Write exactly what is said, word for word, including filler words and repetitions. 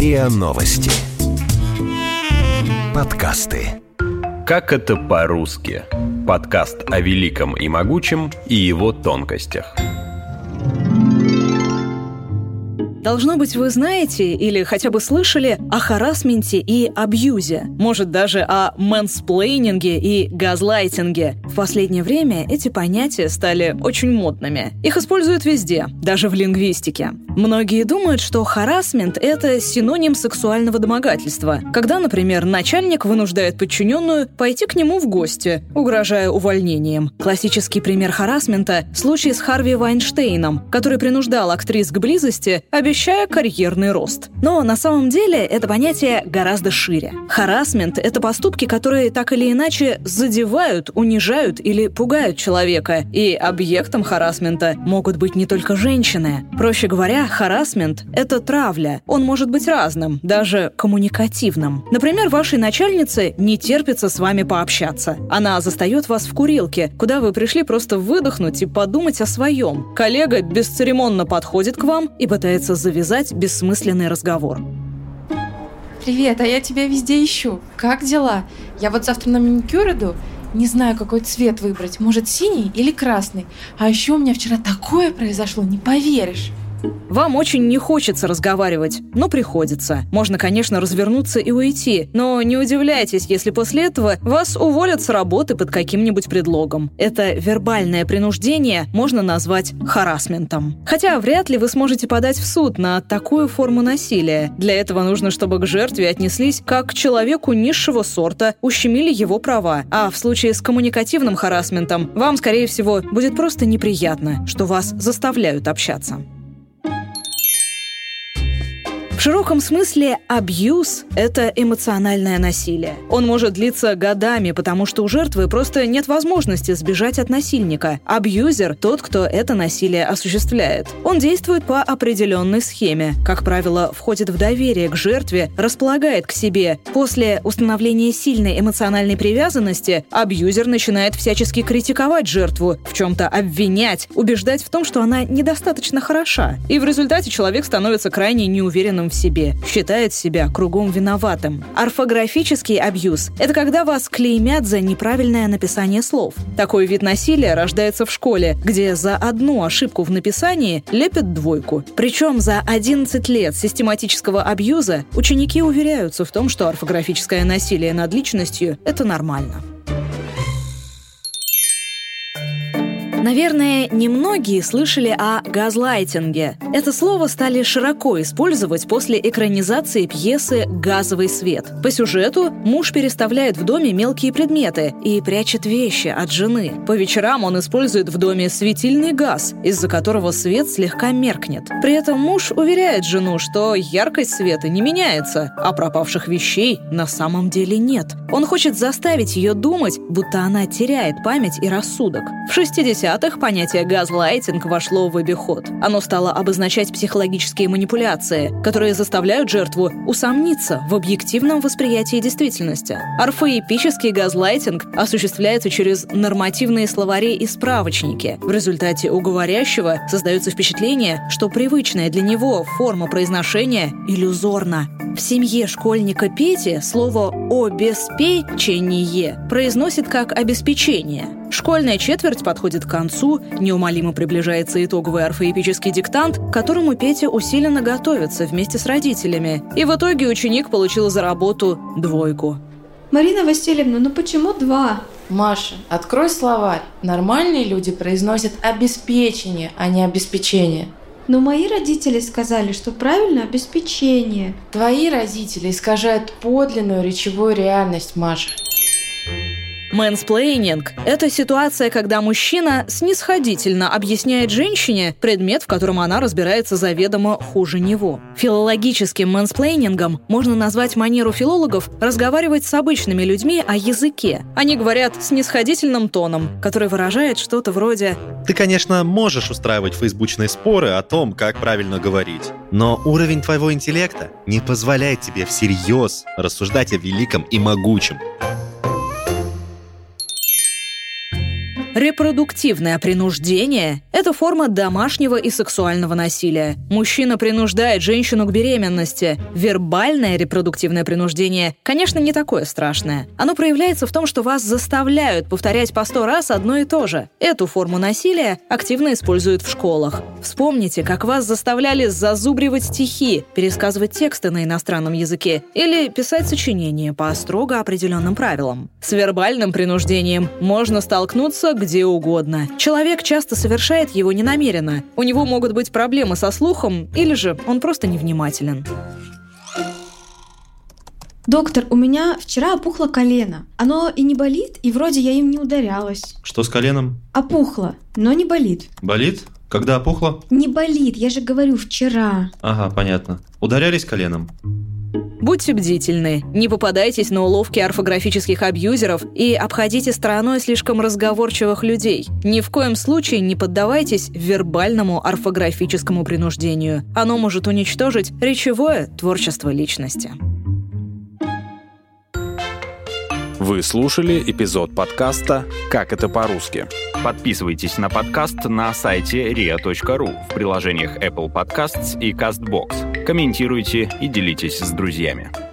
РИА Новости. Подкасты. Как это по-русски? Подкаст о великом и могучем и его тонкостях. Должно быть, вы знаете или хотя бы слышали о харассменте и абьюзе. Может, даже о мэнсплейнинге и газлайтинге. В последнее время эти понятия стали очень модными. Их используют везде, даже в лингвистике. Многие думают, что харассмент – это синоним сексуального домогательства, когда, например, начальник вынуждает подчиненную пойти к нему в гости, угрожая увольнением. Классический пример харассмента – случай с Харви Вайнштейном, который принуждал актрис к близости, обещая карьерный рост. Но на самом деле это понятие гораздо шире. Харассмент – это поступки, которые так или иначе задевают, унижают или пугают человека, и объектом харассмента могут быть не только женщины. Проще говоря, харассмент – это травля. Он может быть разным, даже коммуникативным. Например, вашей начальнице не терпится с вами пообщаться. Она застает вас в курилке, куда вы пришли просто выдохнуть и подумать о своем. Коллега бесцеремонно подходит к вам и пытается завязать бессмысленный разговор. Привет, а я тебя везде ищу. Как дела? Я вот завтра на маникюр иду. Не знаю, какой цвет выбрать. Может, синий или красный. А еще у меня вчера такое произошло, не поверишь. Вам очень не хочется разговаривать, но приходится. Можно, конечно, развернуться и уйти, но не удивляйтесь, если после этого вас уволят с работы под каким-нибудь предлогом. Это вербальное принуждение можно назвать харассментом. Хотя вряд ли вы сможете подать в суд на такую форму насилия. Для этого нужно, чтобы к жертве отнеслись как к человеку низшего сорта, ущемили его права. А в случае с коммуникативным харассментом вам, скорее всего, будет просто неприятно, что вас заставляют общаться. В широком смысле абьюз – это эмоциональное насилие. Он может длиться годами, потому что у жертвы просто нет возможности сбежать от насильника. Абьюзер – тот, кто это насилие осуществляет. Он действует по определенной схеме. Как правило, входит в доверие к жертве, располагает к себе. После установления сильной эмоциональной привязанности абьюзер начинает всячески критиковать жертву, в чем-то обвинять, убеждать в том, что она недостаточно хороша. И в результате человек становится крайне неуверенным в себе, считает себя кругом виноватым. Орфографический абьюз – это когда вас клеймят за неправильное написание слов. Такой вид насилия рождается в школе, где за одну ошибку в написании лепят двойку. Причем за одиннадцать лет систематического абьюза ученики уверяются в том, что орфографическое насилие над личностью – это нормально. Наверное, немногие слышали о газлайтинге. Это слово стали широко использовать после экранизации пьесы «Газовый свет». По сюжету муж переставляет в доме мелкие предметы и прячет вещи от жены. По вечерам он использует в доме светильный газ, из-за которого свет слегка меркнет. При этом муж уверяет жену, что яркость света не меняется, а пропавших вещей на самом деле нет. Он хочет заставить ее думать, будто она теряет память и рассудок. В шестидесятых понятие газлайтинг вошло в обиход. Оно стало обозначать психологические манипуляции, которые заставляют жертву усомниться в объективном восприятии действительности. Орфоэпический газлайтинг осуществляется через нормативные словари и справочники. В результате у говорящего создается впечатление, что привычная для него форма произношения иллюзорна. В семье школьника Пети слово «обеспечение» произносит как «обеспечение». Школьная четверть подходит к концу, неумолимо приближается итоговый орфоэпический диктант, к которому Петя усиленно готовится вместе с родителями. И в итоге ученик получил за работу двойку. Марина Васильевна, ну почему два? Маша, открой словарь. Нормальные люди произносят «обеспечение», а не «обеспечение». Но мои родители сказали, что правильно обеспечение. Твои родители искажают подлинную речевую реальность, Маша. Мэнсплейнинг – это ситуация, когда мужчина снисходительно объясняет женщине предмет, в котором она разбирается заведомо хуже него. Филологическим мэнсплейнингом можно назвать манеру филологов разговаривать с обычными людьми о языке. Они говорят снисходительным тоном, который выражает что-то вроде: «Ты, конечно, можешь устраивать фейсбучные споры о том, как правильно говорить, но уровень твоего интеллекта не позволяет тебе всерьез рассуждать о великом и могучем». Репродуктивное принуждение – это форма домашнего и сексуального насилия. Мужчина принуждает женщину к беременности. Вербальное репродуктивное принуждение, конечно, не такое страшное. Оно проявляется в том, что вас заставляют повторять по сто раз одно и то же. Эту форму насилия активно используют в школах. Вспомните, как вас заставляли зазубривать стихи, пересказывать тексты на иностранном языке или писать сочинения по строго определенным правилам. С вербальным принуждением можно столкнуться где угодно. Человек часто совершает его ненамеренно. У него могут быть проблемы со слухом, или же он просто невнимателен. Доктор, у меня вчера опухло колено. Оно и не болит, и вроде я им не ударялась. Что с коленом? Опухло, но не болит. Болит? Когда опухло? Не болит, я же говорю, вчера. Ага, понятно. Ударялись коленом? Будьте бдительны, не попадайтесь на уловки орфографических абьюзеров и обходите стороной слишком разговорчивых людей. Ни в коем случае не поддавайтесь вербальному орфографическому принуждению. Оно может уничтожить речевое творчество личности. Вы слушали эпизод подкаста «Как это по-русски». Подписывайтесь на подкаст на сайте риа точка ру, в приложениях Apple Podcasts и CastBox. Комментируйте и делитесь с друзьями.